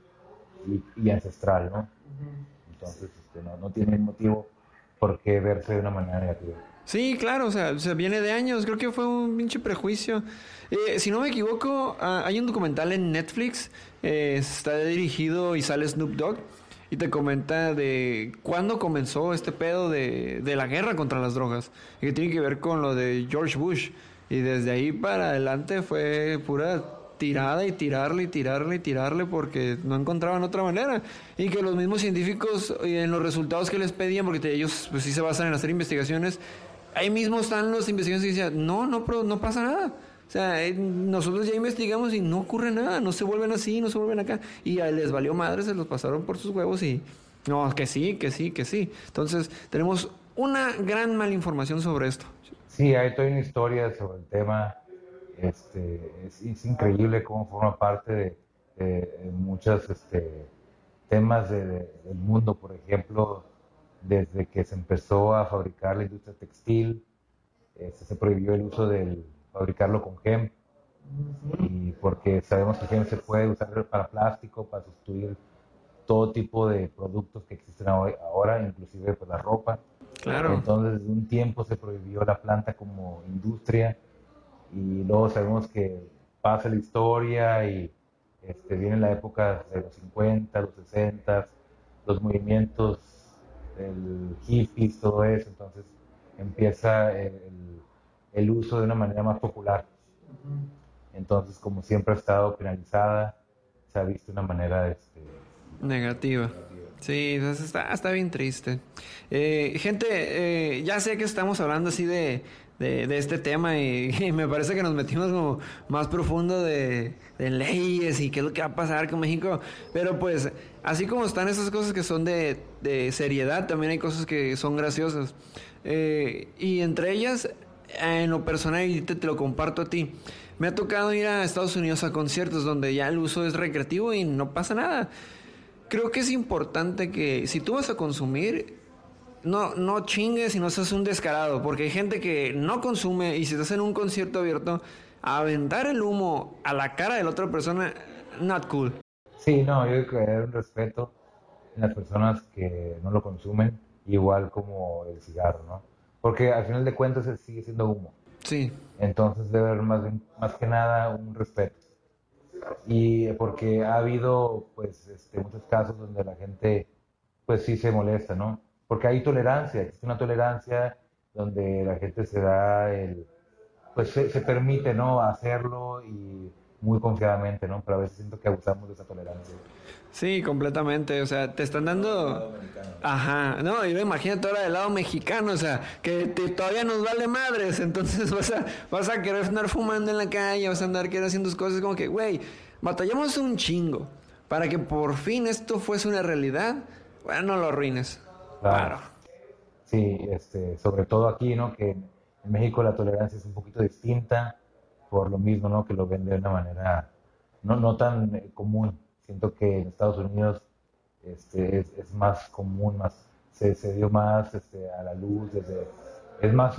y ancestral, ¿no? Entonces, no tiene motivo por qué verse de una manera negativa. Sí, claro, o sea, viene de años, creo que fue un pinche prejuicio. Si no me equivoco, hay un documental en Netflix, está dirigido y sale Snoop Dogg, y te comenta de cuándo comenzó este pedo de la guerra contra las drogas, y que tiene que ver con lo de George Bush, y desde ahí para adelante fue pura tirada y tirarle y tirarle y tirarle porque no encontraban otra manera, y que los mismos científicos en los resultados que les pedían, porque ellos pues sí se basan en hacer investigaciones, ahí mismo están las investigaciones que decían no pasa nada, o sea, nosotros ya investigamos y no ocurre nada, no se vuelven así, no se vuelven acá, y les valió madre, se los pasaron por sus huevos y no, que sí. Entonces tenemos una gran malinformación sobre esto. Sí, hay toda una historia sobre el tema. Es increíble cómo forma parte de muchos temas del mundo. Por ejemplo, desde que se empezó a fabricar la industria textil, se prohibió el uso del fabricarlo con hemp, y porque sabemos que el hemp se puede usar para plástico, para sustituir todo tipo de productos que existen ahora, inclusive pues, la ropa. Claro. Entonces, desde un tiempo se prohibió la planta como industria. Y luego sabemos que pasa la historia y viene la época de los 50, los 60, los movimientos del hippies, todo eso, entonces empieza el uso de una manera más popular. Entonces, como siempre ha estado penalizada, se ha visto de una manera negativa. Sí, está bien triste. Gente, ya sé que estamos hablando así de este tema y me parece que nos metimos como más profundo de leyes y qué es lo que va a pasar con México, pero pues así como están esas cosas que son de seriedad, también hay cosas que son graciosas, y entre ellas, en lo personal, y te lo comparto a ti, me ha tocado ir a Estados Unidos a conciertos donde ya el uso es recreativo y no pasa nada. Creo que es importante que si tú vas a consumir, no chingues y no seas un descarado, porque hay gente que no consume y si estás en un concierto abierto, aventar el humo a la cara de la otra persona, not cool. Sí, no, yo creo que hay un respeto en las personas que no lo consumen, igual como el cigarro, ¿no? Porque al final de cuentas sigue siendo humo. Sí, Entonces debe haber más que nada un respeto. Y porque ha habido, pues, muchos casos donde la gente, pues, sí se molesta, ¿no? Porque hay tolerancia, existe una tolerancia donde la gente se da pues, se permite, ¿no? Hacerlo y muy confiadamente, ¿no? Pero a veces siento que abusamos de esa tolerancia. sí, completamente. O sea, te están dando... Ajá, no, y imagínate ahora del lado mexicano, o sea, que todavía nos vale madres, entonces vas a querer andar fumando en la calle, vas a andar querer haciendo tus cosas como que, güey, batallamos un chingo para que por fin esto fuese una realidad. Bueno, no lo arruines. Claro. Claro. Sí, sobre todo aquí, ¿no? Que en México la tolerancia es un poquito distinta, por lo mismo, ¿no? Que lo ven de una manera no tan común. Siento que en Estados Unidos es más común, se dio más a la luz, es más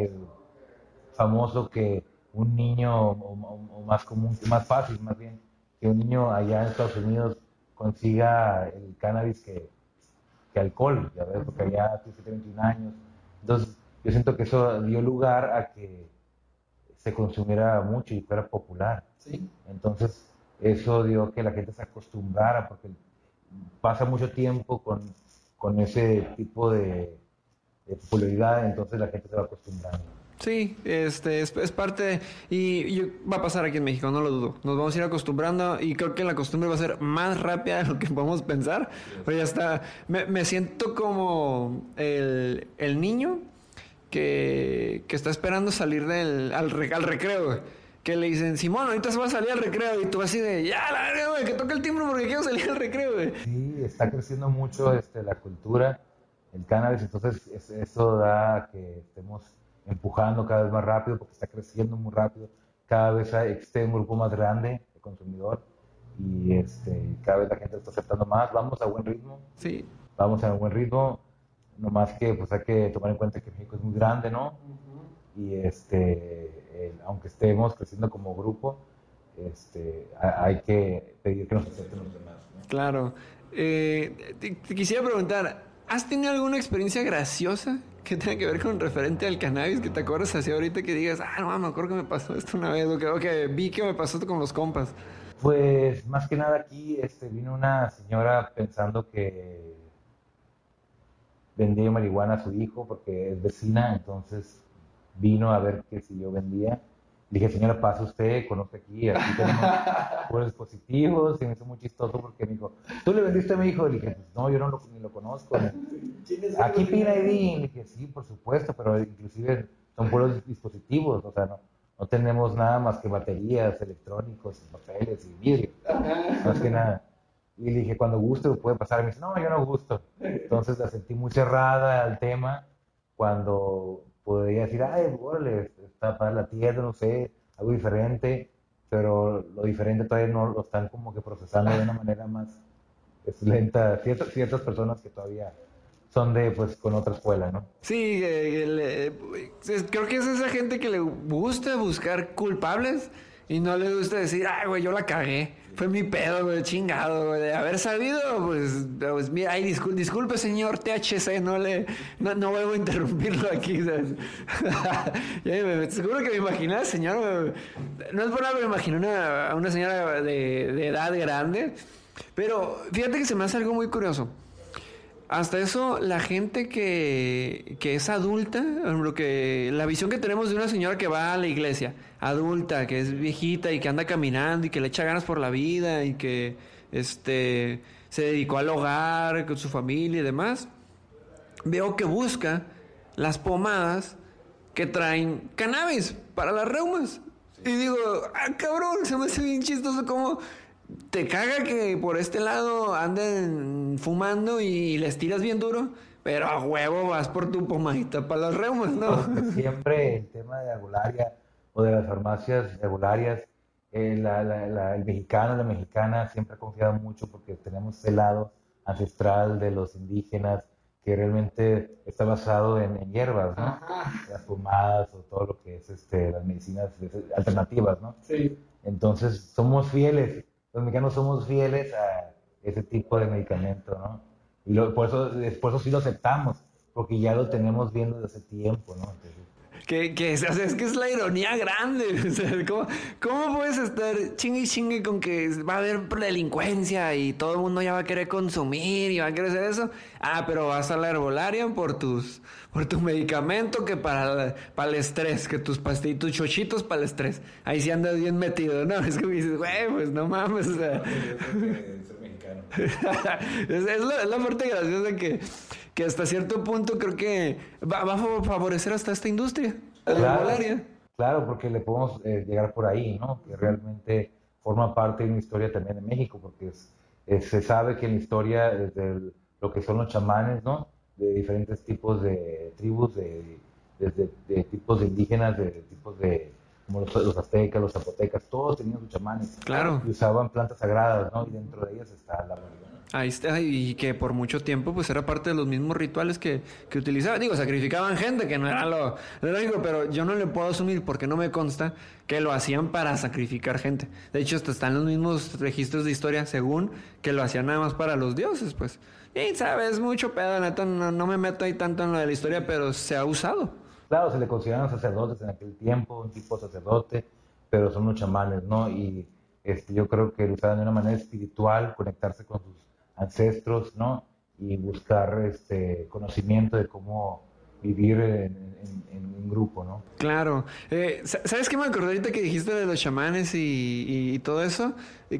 famoso que un niño, o más común, más fácil más bien, que un niño allá en Estados Unidos consiga el cannabis que alcohol, ya ves, porque allá tú 21 años. Entonces, yo siento que eso dio lugar a que se consumiera mucho y fuera popular. Sí. Entonces, eso dio que la gente se acostumbrara, porque pasa mucho tiempo con ese tipo de popularidad, entonces la gente se va acostumbrando. Sí, es parte va a pasar aquí en México, no lo dudo. Nos vamos a ir acostumbrando y creo que la costumbre va a ser más rápida de lo que podemos pensar. Pero ya está, me siento como el niño que está esperando salir al recreo, güey. Que le dicen, Simón, ahorita se va a salir al recreo y tú así de, ya, la verga, güey, que toque el timbre porque quiero salir al recreo, güey. Sí, está creciendo mucho la cultura, el cannabis, entonces eso da a que estemos empujando cada vez más rápido porque está creciendo muy rápido. Cada vez existe un grupo más grande de consumidor y cada vez la gente lo está aceptando más. Vamos a buen ritmo, Sí, vamos a buen ritmo, nomás que pues hay que tomar en cuenta que México es muy grande, ¿no? Y aunque estemos creciendo como grupo, hay que pedir que nos acepten los demás, ¿no? claro. Te quisiera preguntar, ¿has tenido alguna experiencia graciosa que tenga que ver con referente al cannabis? Que te acuerdas así ahorita que digas, no, me acuerdo que me pasó esto una vez, o que vi que me pasó esto con los compas. Pues más que nada aquí vino una señora pensando que vendía marihuana a su hijo porque es vecina, entonces vino a ver que si yo vendía. Le dije, señora, pasa usted, conoce aquí tenemos puros dispositivos, y me hizo muy chistoso porque me dijo, ¿tú le vendiste a mi hijo? Le dije, pues no, yo ni lo conozco. Aquí pina ID, le dije, sí, por supuesto, pero inclusive son puros dispositivos, o sea, no tenemos nada más que baterías, electrónicos, papeles y vidrio, más que nada. Y le dije, cuando guste puede pasar. Y me dice, no, yo no gusto. Entonces la sentí muy cerrada al tema cuando podría decir, ay, órale, está para la tienda, no sé, algo diferente, pero lo diferente todavía no lo están como que procesando de una manera más lenta. Ciertas personas que todavía son pues, con otra escuela, ¿no? Sí, creo que es esa gente que le gusta buscar culpables y no le gusta decir, ay, güey, yo la cagué. Fue mi pedo, güey, chingado, güey. De haber sabido, pues mira, ay, disculpe, señor THC, no vuelvo a interrumpirlo aquí, ¿sabes? Seguro que me imaginé a la señora, no es por nada, pero me imaginé a una señora de edad grande. Pero fíjate que se me hace algo muy curioso. Hasta eso, la gente que es adulta, la visión que tenemos de una señora que va a la iglesia, adulta, que es viejita y que anda caminando y que le echa ganas por la vida y que se dedicó al hogar con su familia y demás, veo que busca las pomadas que traen cannabis para las reumas. Y digo, cabrón, se me hace bien chistoso como te caga que por este lado anden fumando y les tiras bien duro, pero a huevo vas por tu pomadita para las reumas, ¿no? Porque siempre el tema de herbolaria o de las farmacias herbolarias, el mexicano, la mexicana siempre ha confiado mucho porque tenemos ese lado ancestral de los indígenas que realmente está basado en hierbas, ¿no? Las pomadas o todo lo que es las medicinas alternativas, ¿no? Sí. Entonces somos fieles los mexicanos somos fieles a ese tipo de medicamento, ¿no? Y por eso sí lo aceptamos, porque ya lo tenemos viendo desde hace tiempo, ¿no? Entonces, O sea, es que es la ironía grande. O sea, ¿cómo puedes estar chingue y chingue con que va a haber delincuencia y todo el mundo ya va a querer consumir y va a querer hacer eso? Ah, pero vas a la herbolaria por tu medicamento que para el estrés, que tus pastillas, tus chochitos para el estrés. Ahí sí andas bien metido, ¿no? Es que me dices, güey, pues no mames, o sea. soy mexicano. Es la parte graciosa que hasta cierto punto creo que va a favorecer hasta esta industria, la Claro, herbolaria. claro, porque le podemos llegar por ahí, ¿no? Que realmente forma parte de una historia también de México, porque se sabe que en la historia, lo que son los chamanes, ¿no? De diferentes tipos de tribus, desde de tipos de indígenas, de tipos de, como los aztecas, los zapotecas, todos tenían sus chamanes. Claro. Y usaban plantas sagradas, ¿no? Y dentro de ellas está la marihuana. Ahí está, y que por mucho tiempo pues era parte de los mismos rituales que utilizaban. Digo, sacrificaban gente, que no era lo lógico, pero yo no le puedo asumir, porque no me consta, que lo hacían para sacrificar gente. De hecho, hasta están los mismos registros de historia, según que lo hacían nada más para los dioses, pues. Y sabes, mucho pedo, neta, no me meto ahí tanto en lo de la historia, pero se ha usado. Claro, se le consideraban sacerdotes en aquel tiempo, un tipo sacerdote, pero son los chamanes, ¿no? Y yo creo que lo usaban de una manera espiritual, conectarse con sus ancestros, ¿no? Y buscar conocimiento de cómo vivir en un grupo, ¿no? Claro. ¿Sabes qué me acordé ahorita que dijiste de los chamanes y todo eso?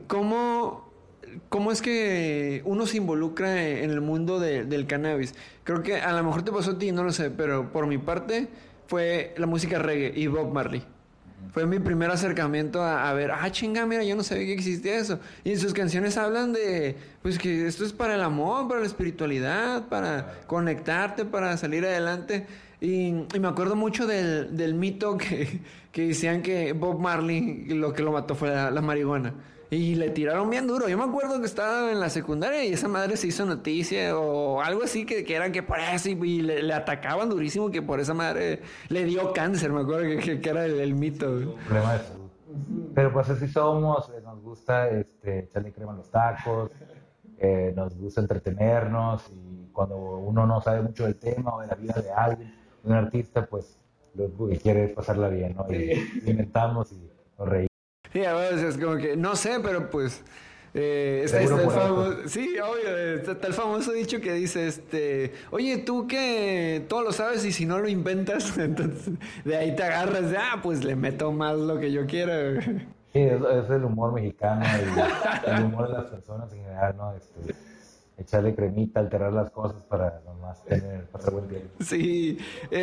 ¿Cómo es que uno se involucra en el mundo del cannabis? Creo que a lo mejor te pasó a ti, no lo sé, pero por mi parte fue la música reggae y Bob Marley. Fue mi primer acercamiento a ver, chinga, mira, yo no sabía que existía eso. Y en sus canciones hablan de, pues que esto es para el amor, para la espiritualidad, para conectarte, para salir adelante. Y me acuerdo mucho del mito que decían que Bob Marley lo que lo mató fue la marihuana. Y le tiraron bien duro. Yo me acuerdo que estaba en la secundaria y esa madre se hizo noticia o algo así que era que por eso y le atacaban durísimo que por esa madre le dio cáncer. Me acuerdo que era el mito. Problema de salud. Pero pues así somos, nos gusta echarle crema a los tacos, nos gusta entretenernos y cuando uno no sabe mucho del tema o de la vida de alguien, de un artista, pues lo que quiere es pasarla bien, ¿no? Y inventamos y nos reímos. Sí, a veces es como que, no sé, pero pues... está el famoso, sí, obvio, está el famoso dicho que dice, oye, tú que todo lo sabes y si no lo inventas, entonces de ahí te agarras, pues le meto más lo que yo quiera. Sí, es el humor mexicano y el humor de las personas en general, ¿no? Echarle cremita, alterar las cosas para nomás pasar buen tiempo. Sí,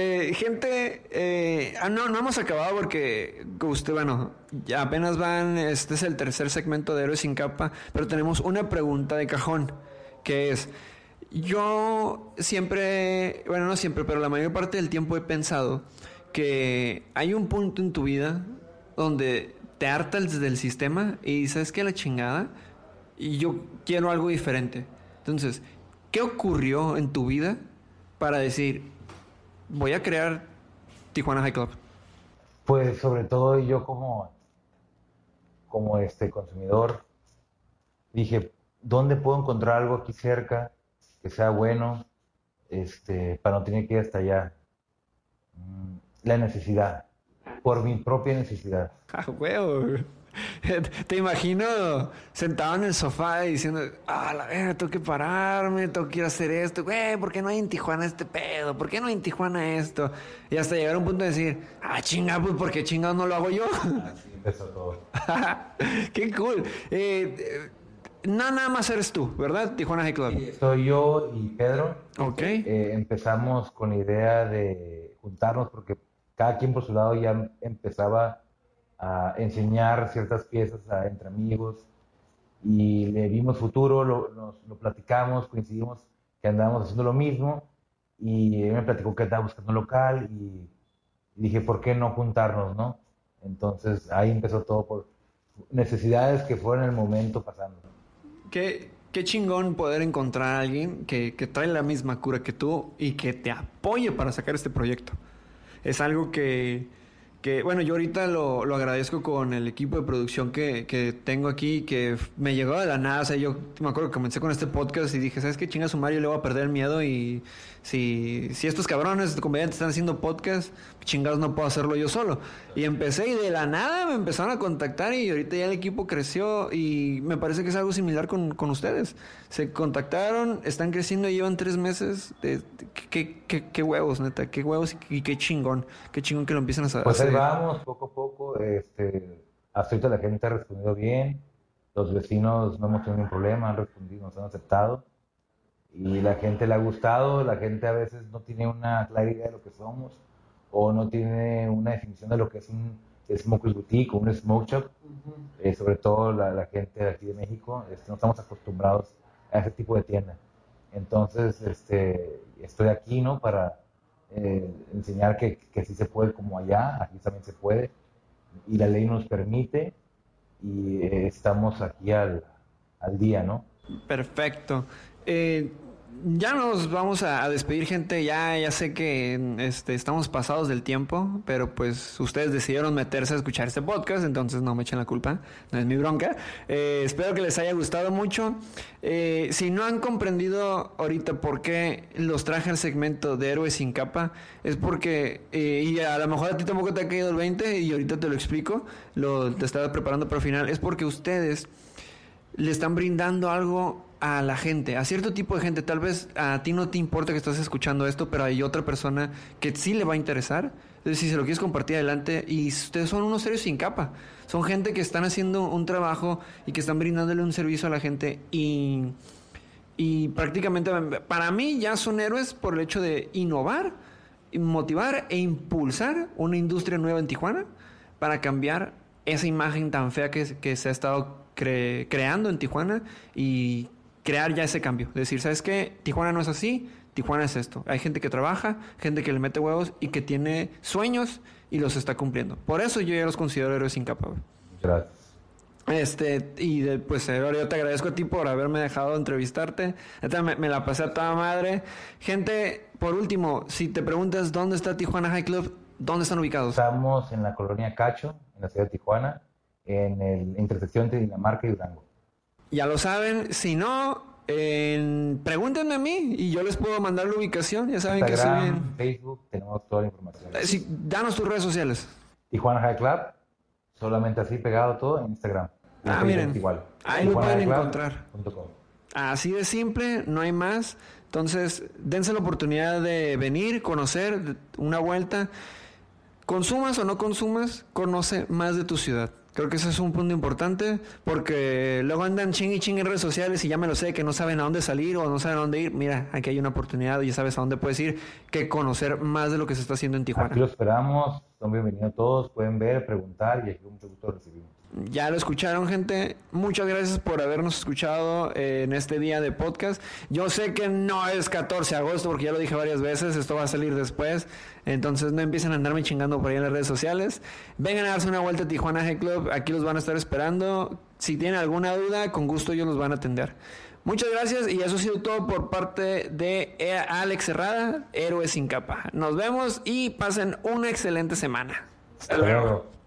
gente, no hemos acabado porque bueno, ya apenas este es el tercer segmento de Héroes sin Capa, pero tenemos una pregunta de cajón, que es, yo siempre, bueno, no siempre, pero la mayor parte del tiempo he pensado que hay un punto en tu vida donde te hartas del sistema y sabes que la chingada, y yo quiero algo diferente. Entonces, ¿qué ocurrió en tu vida para decir, voy a crear Tijuana High Club? Pues sobre todo yo como consumidor dije, ¿dónde puedo encontrar algo aquí cerca que sea bueno, para no tener que ir hasta allá? La necesidad, por mi propia necesidad. Huevo. Te imagino sentado en el sofá y diciendo, la verga, tengo que pararme, tengo que ir a hacer esto, güey, ¿por qué no hay en Tijuana este pedo? ¿Por qué no hay en Tijuana esto? Y hasta llegar a un punto de decir, chinga, pues ¿por qué chingado no lo hago yo? Así empezó todo. Qué cool. Nada más eres tú, ¿verdad? Tijuana High Club. Sí, soy yo y Pedro. Ok. Empezamos con la idea de juntarnos porque cada quien por su lado ya empezaba a enseñar ciertas piezas entre amigos y le vimos futuro, lo platicamos, coincidimos que andábamos haciendo lo mismo y él me platicó que estaba buscando un local y dije, ¿por qué no juntarnos, no? Entonces ahí empezó todo por necesidades que fueron en el momento pasando. Qué chingón poder encontrar a alguien que trae la misma cura que tú y que te apoye para sacar este proyecto. Es algo que que bueno, yo ahorita lo agradezco con el equipo de producción que tengo aquí, que me llegó de la nada. O sea, yo me acuerdo que comencé con este podcast y dije, ¿sabes qué? Chinga su Mario, le voy a perder el miedo. Y si estos cabrones comediantes están haciendo podcast, chingados, no puedo hacerlo yo solo. Y empecé y de la nada me empezaron a contactar y ahorita ya el equipo creció y me parece que es algo similar con ustedes. Se contactaron, están creciendo y llevan 3 meses. Qué huevos, neta, qué huevos y qué chingón que lo empiezan a hacer. Pues ahí vamos, poco a poco. Hasta ahorita la gente ha respondido bien. Los vecinos no hemos tenido ningún problema, han respondido, nos han aceptado. Y la gente le ha gustado. La gente a veces no tiene una clara idea de lo que somos o no tiene una definición de lo que es un smoker's boutique o un smoke shop. Sobre todo la gente de aquí de México, no estamos acostumbrados a ese tipo de tienda. Entonces, estoy aquí, ¿no? Para enseñar que sí se puede como allá, aquí también se puede, y la ley nos permite, y estamos aquí al día, ¿no? Perfecto. Ya nos vamos a despedir, gente. Ya sé que estamos pasados del tiempo, pero pues ustedes decidieron meterse a escuchar este podcast, entonces no me echen la culpa, no es mi bronca. Espero que les haya gustado mucho. Si no han comprendido ahorita por qué los traje al segmento de Héroes sin Capa, es porque, y a lo mejor a ti tampoco te ha caído el 20 y ahorita te lo explico, te estaba preparando para el final, es porque ustedes le están brindando algo a la gente, a cierto tipo de gente. Tal vez a ti no te importa que estás escuchando esto, pero hay otra persona que sí le va a interesar. Entonces, si se lo quieres compartir adelante, y ustedes son unos héroes sin capa. Son gente que están haciendo un trabajo y que están brindándole un servicio a la gente y prácticamente para mí ya son héroes por el hecho de innovar, motivar e impulsar una industria nueva en Tijuana para cambiar esa imagen tan fea que se ha estado creando en Tijuana y crear ya ese cambio. Decir, ¿sabes qué? Tijuana no es así, Tijuana es esto. Hay gente que trabaja, gente que le mete huevos y que tiene sueños y los está cumpliendo. Por eso yo ya los considero héroes sin capa. Gracias. Pues ahora yo te agradezco a ti por haberme dejado entrevistarte. Me la pasé a toda madre. Gente, por último, si te preguntas dónde está Tijuana High Club, ¿dónde están ubicados? Estamos en la colonia Cacho, en la ciudad de Tijuana, en la intersección de Dinamarca y Durango. Ya lo saben, si no, pregúntenme a mí y yo les puedo mandar la ubicación. Ya saben Instagram, que soy bien. Facebook, tenemos toda la información. Sí, danos tus redes sociales. Tijuana High Club, solamente así pegado todo en Instagram. Miren, igual. Ahí lo pueden encontrar. .com. Así de simple, no hay más. Entonces, dense la oportunidad de venir, conocer, una vuelta. Consumas o no consumas, conoce más de tu ciudad. Creo que ese es un punto importante, porque luego andan ching y ching en redes sociales y ya me lo sé, que no saben a dónde salir o no saben a dónde ir. Mira, aquí hay una oportunidad y ya sabes a dónde puedes ir, que conocer más de lo que se está haciendo en Tijuana. Aquí lo esperamos, son bienvenidos todos, pueden ver, preguntar y aquí con mucho gusto recibimos. Ya lo escucharon, gente. Muchas gracias por habernos escuchado en este día de podcast. Yo sé que no es 14 de agosto porque ya lo dije varias veces, esto va a salir después. Entonces no empiecen a andarme chingando por ahí en las redes sociales. Vengan a darse una vuelta a Tijuana High Club, aquí los van a estar esperando. Si tienen alguna duda, con gusto ellos los van a atender. Muchas gracias y eso ha sido todo por parte de Alex Herrada, Héroes sin Capa. Nos vemos y pasen una excelente semana. Hasta luego.